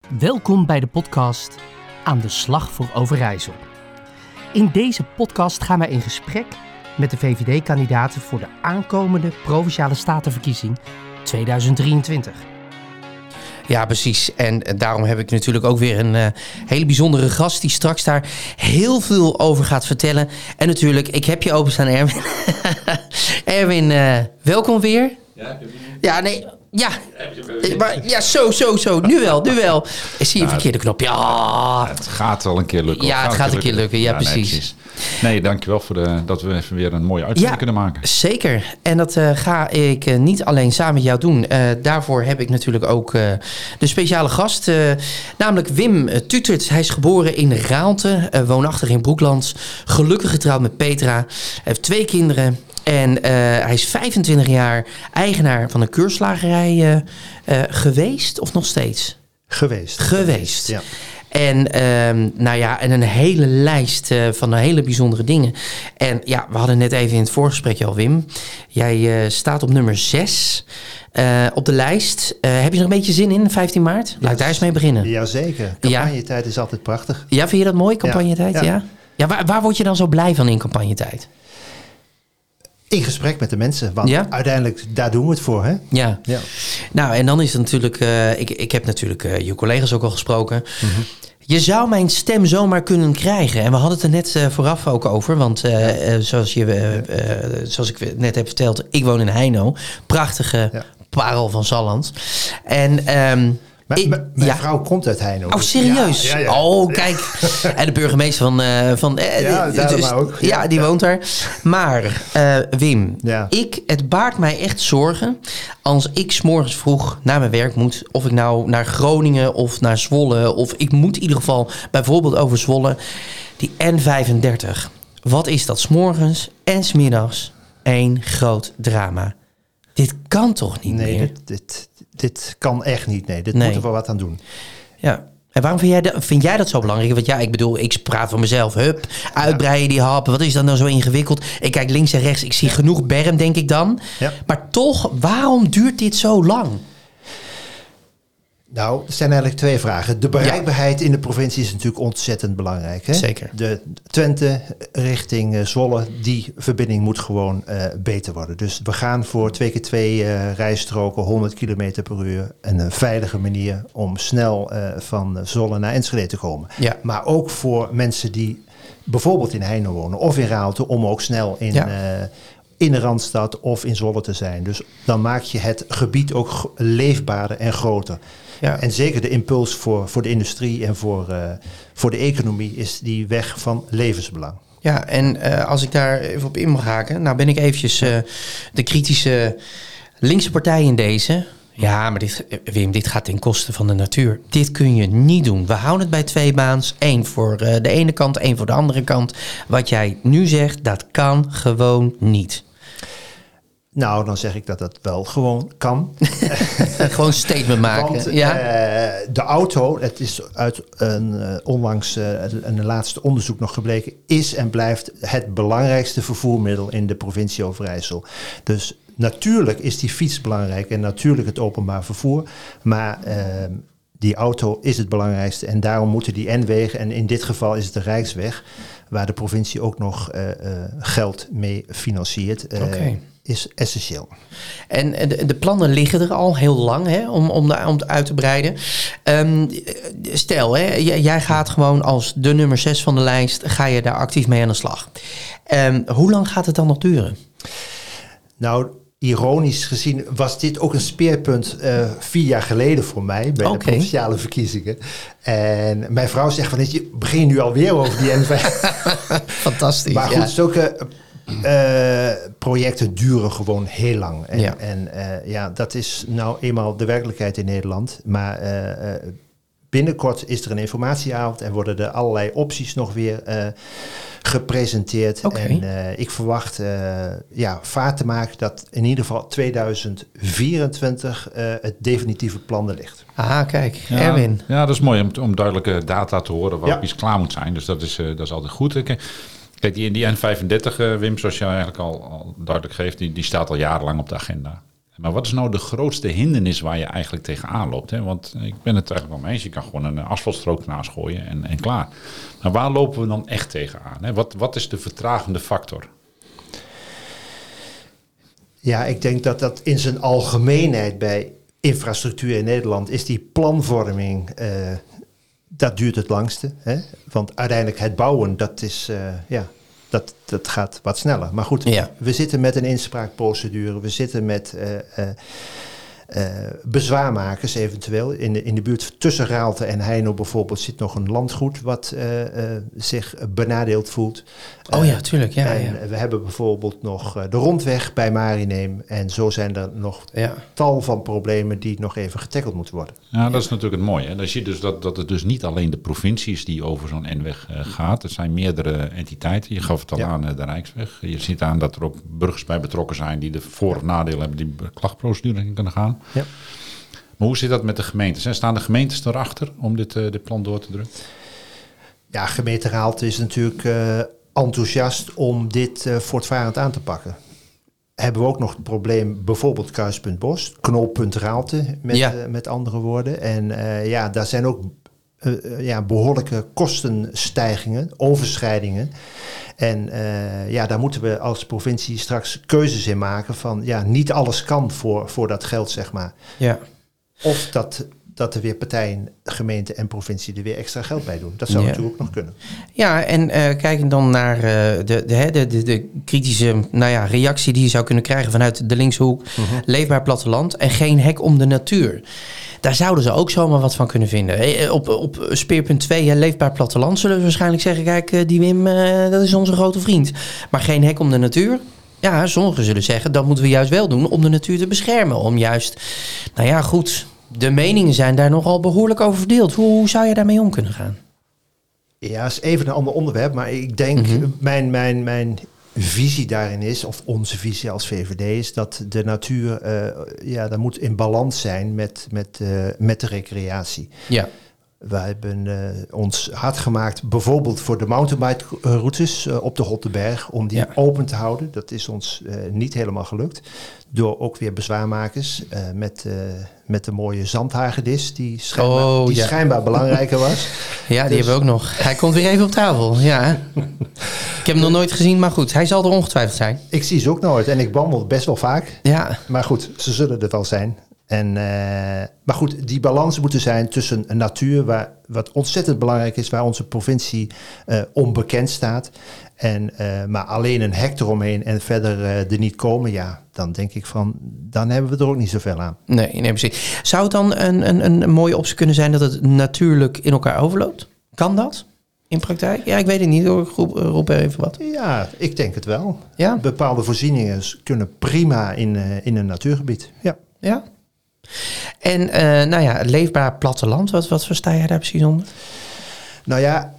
Welkom bij de podcast Aan de Slag voor Overijssel. In deze podcast gaan wij in gesprek met de VVD-kandidaten voor de aankomende Provinciale Statenverkiezing 2023. Ja, precies. En daarom heb ik natuurlijk ook weer een hele bijzondere gast die straks daar heel veel over gaat vertellen. En natuurlijk, ik heb je openstaan, Erwin. Erwin, welkom weer. Ja, nee... Ja, maar ja, zo. Nu wel. Zie je verkeerde knop. Ja. Het gaat wel een keer lukken. Ja, het gaat een keer lukken. Ja, precies. Nee, dankjewel dat we even weer een mooie uitzending kunnen maken. Zeker. En dat ga ik niet alleen samen met jou doen. Daarvoor heb ik natuurlijk ook de speciale gast. Namelijk Wim Tutert. Hij is geboren in Raalte. Woonachtig in Broekland. Gelukkig getrouwd met Petra. Hij heeft 2 kinderen. En hij is 25 jaar eigenaar van een keurslagerij geweest of nog steeds? Geweest. Ja. En en een hele lijst van hele bijzondere dingen. En ja, we hadden net even in het voorgesprekje al, Wim. Jij staat op nummer 6 op de lijst. Heb je er een beetje zin in, 15 maart? Laat ik daar eens mee beginnen. Jazeker. Campagnetijd is altijd prachtig. Ja, vind je dat mooi, campagnetijd? Ja, waar word je dan zo blij van in campagnetijd? In gesprek met de mensen, want uiteindelijk daar doen we het voor, hè? Ja. Nou, en dan is het natuurlijk... Ik heb natuurlijk je collega's ook al gesproken. Mm-hmm. Je zou mijn stem zomaar kunnen krijgen. En we hadden het er net vooraf ook over. Want zoals ik net heb verteld, ik woon in Heino. Prachtige parel van Salland. En... Mijn vrouw komt uit Heino. Oh, serieus? Ja. Oh, kijk. En de burgemeester van ook. Ja, die woont daar. Maar Wim, het baart mij echt zorgen als ik 's morgens vroeg naar mijn werk moet. Of ik nou naar Groningen of naar Zwolle. Of ik moet in ieder geval bijvoorbeeld over Zwolle. Die N35. Wat is dat 's morgens en 's middags? Één groot drama. Dit kan toch niet meer? Dit kan echt niet. Nee, moeten we wat aan doen. Ja. En waarom vind jij dat zo belangrijk? Want ik bedoel, ik praat van mezelf. Uitbreiden die happen. Wat is dat nou zo ingewikkeld? Ik kijk links en rechts. Ik zie genoeg berm, denk ik dan. Ja. Maar toch, waarom duurt dit zo lang? Nou, er zijn eigenlijk 2 vragen. De bereikbaarheid in de provincie is natuurlijk ontzettend belangrijk. Hè? Zeker. De Twente richting Zwolle, die verbinding moet gewoon beter worden. Dus we gaan voor 2x2 rijstroken, 100 km per uur. Een veilige manier om snel van Zwolle naar Enschede te komen. Ja. Maar ook voor mensen die bijvoorbeeld in Heino wonen of in Raalte, om ook snel in de Randstad of in Zwolle te zijn. Dus dan maak je het gebied ook leefbaarder en groter. Ja. En zeker de impuls voor de industrie en voor de economie is die weg van levensbelang. Ja, en als ik daar even op in mag haken, nou ben ik eventjes de kritische linkse partij in deze. Ja, maar Wim, dit gaat ten koste van de natuur. Dit kun je niet doen. We houden het bij 2 baans. 1 voor de ene kant, 1 voor de andere kant. Wat jij nu zegt, dat kan gewoon niet. Nou, dan zeg ik dat dat wel gewoon kan. Gewoon statement maken. Want de auto, het is uit onlangs een laatste onderzoek nog gebleken, is en blijft het belangrijkste vervoermiddel in de provincie Overijssel. Dus natuurlijk is die fiets belangrijk en natuurlijk het openbaar vervoer. Maar die auto is het belangrijkste en daarom moeten die N-wegen, en in dit geval is het de Rijksweg, waar de provincie ook nog geld mee financiert. Is essentieel. En de plannen liggen er al heel lang om het uit te breiden. Stel, jij gaat gewoon als de nummer 6 van de lijst, ga je daar actief mee aan de slag. Hoe lang gaat het dan nog duren? Nou, ironisch gezien was dit ook een speerpunt 4 jaar geleden voor mij bij de provinciale verkiezingen. En mijn vrouw zegt van, je begint nu alweer over die N5. Fantastisch. Maar goed, zulke projecten duren gewoon heel lang. En dat is nou eenmaal de werkelijkheid in Nederland. Maar binnenkort is er een informatieavond en worden er allerlei opties nog weer gepresenteerd. En ik verwacht vaart te maken dat in ieder geval 2024 het definitieve plan er ligt. Ah, kijk. Erwin. Ja, dat is mooi om duidelijke data te horen waar iets klaar moet zijn. Dus dat is altijd goed. Kijk, die N35, Wim, zoals je eigenlijk al duidelijk geeft, die staat al jarenlang op de agenda. Maar wat is nou de grootste hindernis waar je eigenlijk tegenaan loopt? Hè? Want ik ben het eigenlijk wel mee eens. Je kan gewoon een asfaltstrook naast gooien en klaar. Maar waar lopen we dan echt tegenaan? Hè? Wat is de vertragende factor? Ja, ik denk dat in zijn algemeenheid bij infrastructuur in Nederland is die planvorming, dat duurt het langste. Hè? Want uiteindelijk het bouwen, dat is, dat gaat wat sneller. Maar goed, we zitten met een inspraakprocedure, we zitten met bezwaarmakers eventueel. In de buurt tussen Raalte en Heino bijvoorbeeld zit nog een landgoed wat zich benadeeld voelt. Tuurlijk. Ja, we hebben bijvoorbeeld nog de rondweg bij Marineem. En zo zijn er nog tal van problemen die nog even getackeld moeten worden. Ja, dat is natuurlijk het mooie. Hè? Dan zie je dus dat het dus niet alleen de provincies die over zo'n N-weg gaat. Er zijn meerdere entiteiten. Je gaf het al aan de Rijksweg. Je ziet aan dat er ook burgers bij betrokken zijn die de voor- of nadelen hebben die klachtprocedure in kunnen gaan. Ja. Maar hoe zit dat met de gemeentes? Staan de gemeentes erachter om dit plan door te drukken? Ja, gemeente Raalte is natuurlijk enthousiast om dit voortvarend aan te pakken. Hebben we ook nog het probleem bijvoorbeeld Kruispunt Bos, knooppunt Raalte met andere woorden. En daar zijn ook behoorlijke kostenstijgingen, overschrijdingen. En daar moeten we als provincie straks keuzes in maken van niet alles kan voor dat geld, zeg maar. Ja. Of dat er weer partijen, gemeente en provincie er weer extra geld bij doen. Dat zou natuurlijk ook nog kunnen. Ja, en kijkend dan naar de kritische reactie die je zou kunnen krijgen vanuit de linkshoek. Leefbaar platteland en geen hek om de natuur. Daar zouden ze ook zomaar wat van kunnen vinden. Op speerpunt 2, leefbaar platteland, zullen we waarschijnlijk zeggen, kijk, die Wim, dat is onze grote vriend. Maar geen hek om de natuur. Ja, sommigen zullen zeggen, dat moeten we juist wel doen om de natuur te beschermen. Om juist, goed, de meningen zijn daar nogal behoorlijk over verdeeld. Hoe zou je daarmee om kunnen gaan? Ja, dat is even een ander onderwerp, maar ik denk, mijn visie daarin is, of onze visie als VVD is, dat de natuur, dat moet in balans zijn met de recreatie. Ja. Wij hebben ons hard gemaakt, bijvoorbeeld voor de mountainbike-routes op de Hottenberg, om die open te houden. Dat is ons niet helemaal gelukt. Door ook weer bezwaarmakers met de mooie zandhagedis, die schijnbaar belangrijker was. Ja, die hebben we ook nog. Hij komt weer even op tafel, ja. Ik heb hem nog nooit gezien, maar goed, hij zal er ongetwijfeld zijn. Ik zie ze ook nooit en ik wandel best wel vaak. Ja. Maar goed, ze zullen er wel zijn. Maar goed, die balans moet er zijn tussen een natuur, wat ontzettend belangrijk is, waar onze provincie onbekend staat. Maar alleen een hek eromheen en verder er niet komen, dan denk ik dan hebben we er ook niet zoveel aan. Nee, precies. Zou het dan een mooie optie kunnen zijn dat het natuurlijk in elkaar overloopt? Kan dat in praktijk? Ja, ik weet het niet hoor. Roep er even wat. Ja, ik denk het wel. Ja? Bepaalde voorzieningen kunnen prima in een natuurgebied. Ja. Ja. En leefbaar platteland, wat versta jij daar precies onder? Nou ja,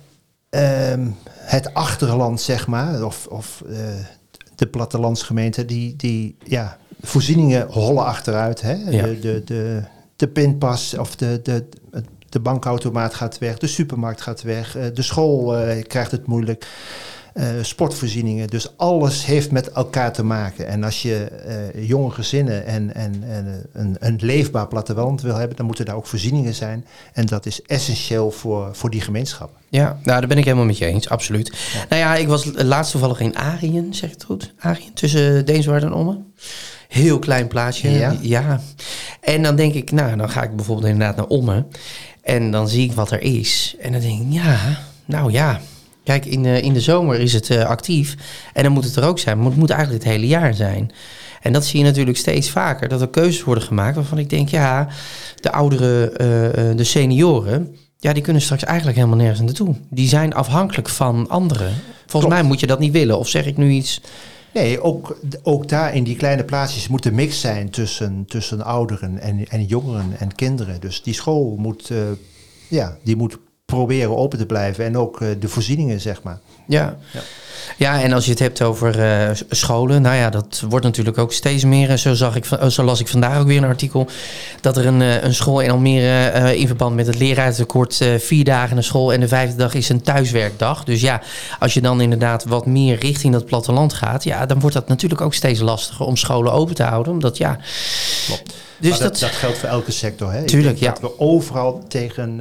het achterland, zeg maar, of de plattelandsgemeente, die voorzieningen hollen achteruit. Hè? Ja. De pinpas of de bankautomaat gaat weg, de supermarkt gaat weg, de school krijgt het moeilijk. Sportvoorzieningen, dus alles heeft met elkaar te maken. En als je jonge gezinnen en een leefbaar platteland wil hebben, dan moeten daar ook voorzieningen zijn. En dat is essentieel voor die gemeenschap. Ja, daar ben ik helemaal met je eens, absoluut. Ja. Ik was laatst toevallig in Arien, zeg ik het goed? Arien, tussen Deenswerd en Ommen. Heel klein plaatsje. Ja. En dan denk ik, dan ga ik bijvoorbeeld inderdaad naar Ommen. En dan zie ik wat er is. En dan denk ik, kijk, in de zomer is het actief en dan moet het er ook zijn. Maar het moet eigenlijk het hele jaar zijn. En dat zie je natuurlijk steeds vaker, dat er keuzes worden gemaakt waarvan ik denk, de ouderen, de senioren, die kunnen straks eigenlijk helemaal nergens naartoe. Die zijn afhankelijk van anderen. Volgens mij moet je dat niet willen, of zeg ik nu iets? Nee, ook daar in die kleine plaatsjes moet de mix zijn tussen ouderen en jongeren en kinderen. Dus die school moet proberen open te blijven. En ook de voorzieningen, zeg maar. Ja. Ja, en als je het hebt over scholen, nou ja, dat wordt natuurlijk ook steeds meer. Zo las ik vandaag ook weer een artikel dat er een school in Almere in verband met het leraarstekort 4 dagen naar school en de 5e dag is een thuiswerkdag. Dus ja, als je dan inderdaad wat meer richting dat platteland gaat, ja, dan wordt dat natuurlijk ook steeds lastiger om scholen open te houden, omdat ja. Klopt. Dus dat geldt voor elke sector, hè? Tuurlijk, ja. Dat we overal tegen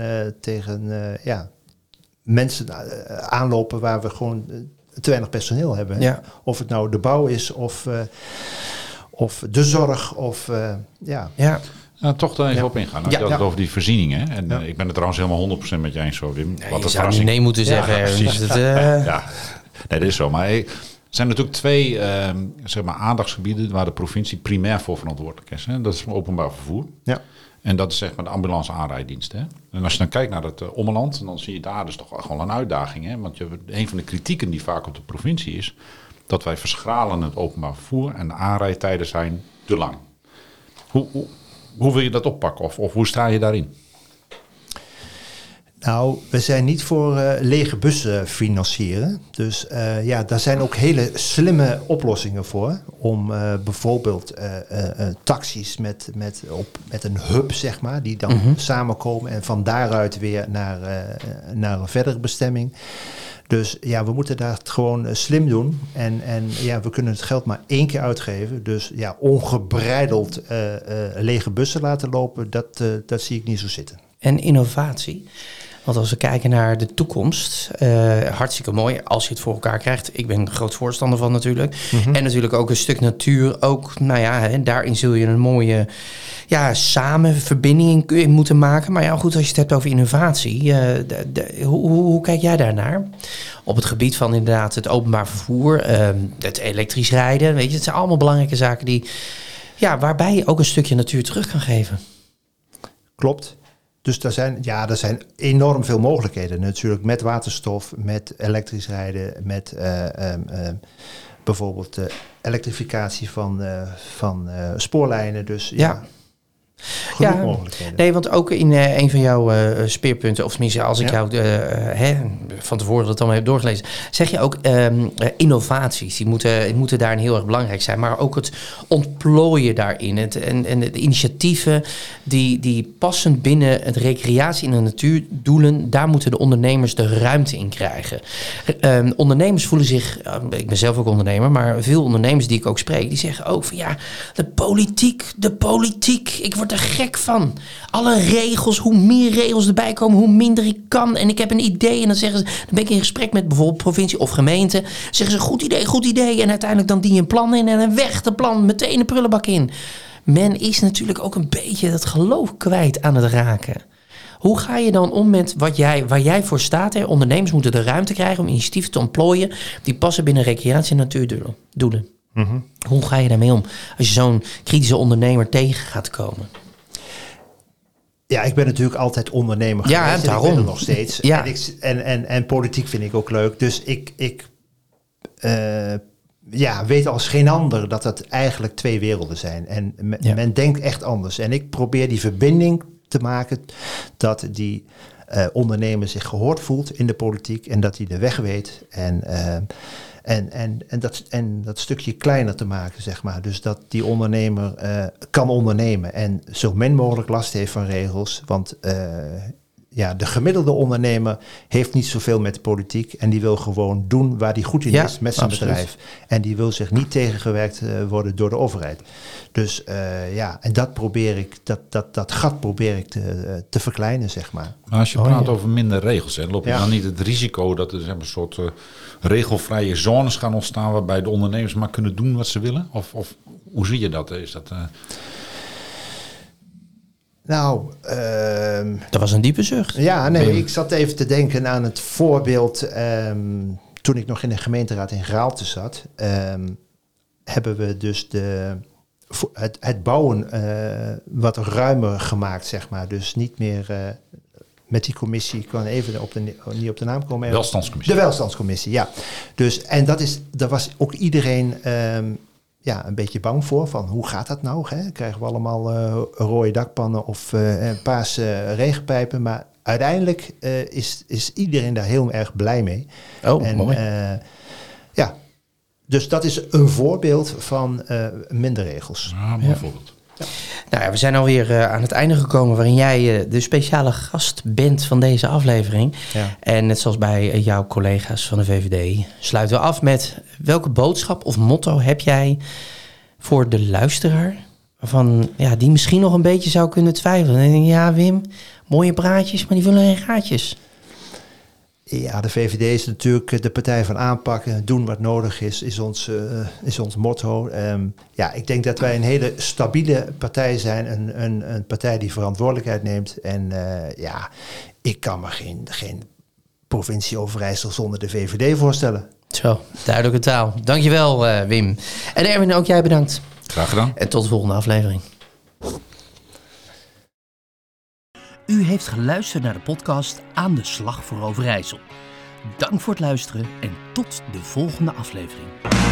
mensen aanlopen waar we gewoon te weinig personeel hebben. Ja. Of het nou de bouw is of de zorg of ja. Nou, toch er even op ingaan. Nou, je had het over die voorzieningen. Hè? En ik ben het trouwens helemaal 100% met je eens, zo, Wim. Ja, je zou nu nee moeten zeggen. Ja, precies. Dus Ja, nee, dat is zo. Maar er zijn natuurlijk 2 zeg maar aandachtsgebieden waar de provincie primair voor verantwoordelijk is. Hè? Dat is openbaar vervoer. Ja. En dat is zeg maar de ambulance aanrijddienst. Hè? En als je dan kijkt naar het ommeland, dan zie je daar dus toch gewoon een uitdaging. Hè? Want een van de kritieken die vaak op de provincie is, dat wij verschralen het openbaar vervoer en de aanrijdtijden zijn te lang. Hoe wil je dat oppakken of hoe sta je daarin? Nou, we zijn niet voor lege bussen financieren. Dus daar zijn ook hele slimme oplossingen voor. Om bijvoorbeeld taxis met een hub, zeg maar, die dan samenkomen en van daaruit weer naar een verdere bestemming. Dus ja, we moeten dat gewoon slim doen. En ja, we kunnen het geld maar 1 keer uitgeven. Dus ja, ongebreideld lege bussen laten lopen, dat zie ik niet zo zitten. En innovatie. Want als we kijken naar de toekomst, hartstikke mooi als je het voor elkaar krijgt. Ik ben een groot voorstander van natuurlijk. En natuurlijk ook een stuk natuur. Ook, nou ja, daarin zul je een mooie samenverbinding in moeten maken. Maar ja, goed, als je het hebt over innovatie, hoe kijk jij daarnaar? Op het gebied van inderdaad het openbaar vervoer, het elektrisch rijden. Weet je, het zijn allemaal belangrijke zaken waarbij je ook een stukje natuur terug kan geven. Klopt. Dus er zijn enorm veel mogelijkheden natuurlijk met waterstof, met elektrisch rijden, met bijvoorbeeld elektrificatie van spoorlijnen. Dus genoeg mogelijkheden. Nee, want ook in een van jouw speerpunten, of tenminste als ik jou van tevoren dat allemaal heb doorgelezen, zeg je ook innovaties. Die moeten daarin heel erg belangrijk zijn. Maar ook het ontplooien daarin. En de initiatieven die passend binnen het recreatie- en de natuurdoelen, daar moeten de ondernemers de ruimte in krijgen. Ondernemers voelen zich, ik ben zelf ook ondernemer, maar veel ondernemers die ik ook spreek, die zeggen ook van de politiek, ik word er gek van. Alle regels, hoe meer regels erbij komen, hoe minder ik kan. En ik heb een idee en dan zeggen ze, dan ben ik in gesprek met bijvoorbeeld provincie of gemeente. Zeggen ze, goed idee. En uiteindelijk dan dien je een plan in en dan weg de plan, meteen de prullenbak in. Men is natuurlijk ook een beetje dat geloof kwijt aan het raken. Hoe ga je dan om met waar jij voor staat? Hè? Ondernemers moeten de ruimte krijgen om initiatieven te ontplooien die passen binnen recreatie- en natuurdoelen. Hoe ga je daarmee om als je zo'n kritische ondernemer tegen gaat komen? Ja, ik ben natuurlijk altijd ondernemer geweest. Ja, daarom. Ik ben er nog steeds. Ja. En politiek vind ik ook leuk. Dus ik weet als geen ander dat het eigenlijk 2 werelden zijn. En men denkt echt anders. En ik probeer die verbinding te maken dat die ondernemer zich gehoord voelt in de politiek en dat hij de weg weet en dat stukje kleiner te maken, zeg maar. Dus dat die ondernemer kan ondernemen en zo min mogelijk last heeft van regels. Want de gemiddelde ondernemer heeft niet zoveel met de politiek en die wil gewoon doen waar hij goed in is met zijn bedrijf. En die wil zich niet tegengewerkt worden door de overheid. Dus en dat gat probeer ik te verkleinen, zeg maar. Maar als je praat over minder regels, loop je dan niet het risico dat er een soort regelvrije zones gaan ontstaan waarbij de ondernemers maar kunnen doen wat ze willen? Of hoe zie je dat? Is dat... Nou, dat was een diepe zucht. Ja, nee, ik zat even te denken aan het voorbeeld. Toen ik nog in de gemeenteraad in Raalte zat, hebben we dus het bouwen wat ruimer gemaakt, zeg maar. Dus niet meer met die commissie, ik kan even niet op de naam komen. Welstandscommissie. De welstandscommissie, ja. Dus, en daar was ook iedereen een beetje bang voor. Van hoe gaat dat nou? Hè? Krijgen we allemaal rode dakpannen of paarse regenpijpen? Maar uiteindelijk is iedereen daar heel erg blij mee. Oh, mooi. Dus dat is een voorbeeld van minder regels. Mooi voorbeeld. Nou ja, we zijn alweer aan het einde gekomen waarin jij de speciale gast bent van deze aflevering. Ja. En net zoals bij jouw collega's van de VVD sluiten we af met welke boodschap of motto heb jij voor de luisteraar? Van, die misschien nog een beetje zou kunnen twijfelen. En dan denk je, ja Wim, mooie praatjes, maar die vullen geen gaatjes. Ja, de VVD is natuurlijk de partij van aanpakken. Doen wat nodig is ons motto. Ik denk dat wij een hele stabiele partij zijn. Een partij die verantwoordelijkheid neemt. En ik kan me geen provincie Overijssel zonder de VVD voorstellen. Zo, duidelijke taal. Dankjewel Wim. En Erwin, ook jij bedankt. Graag gedaan. En tot de volgende aflevering. U heeft geluisterd naar de podcast Aan de Slag voor Overijssel. Dank voor het luisteren en tot de volgende aflevering.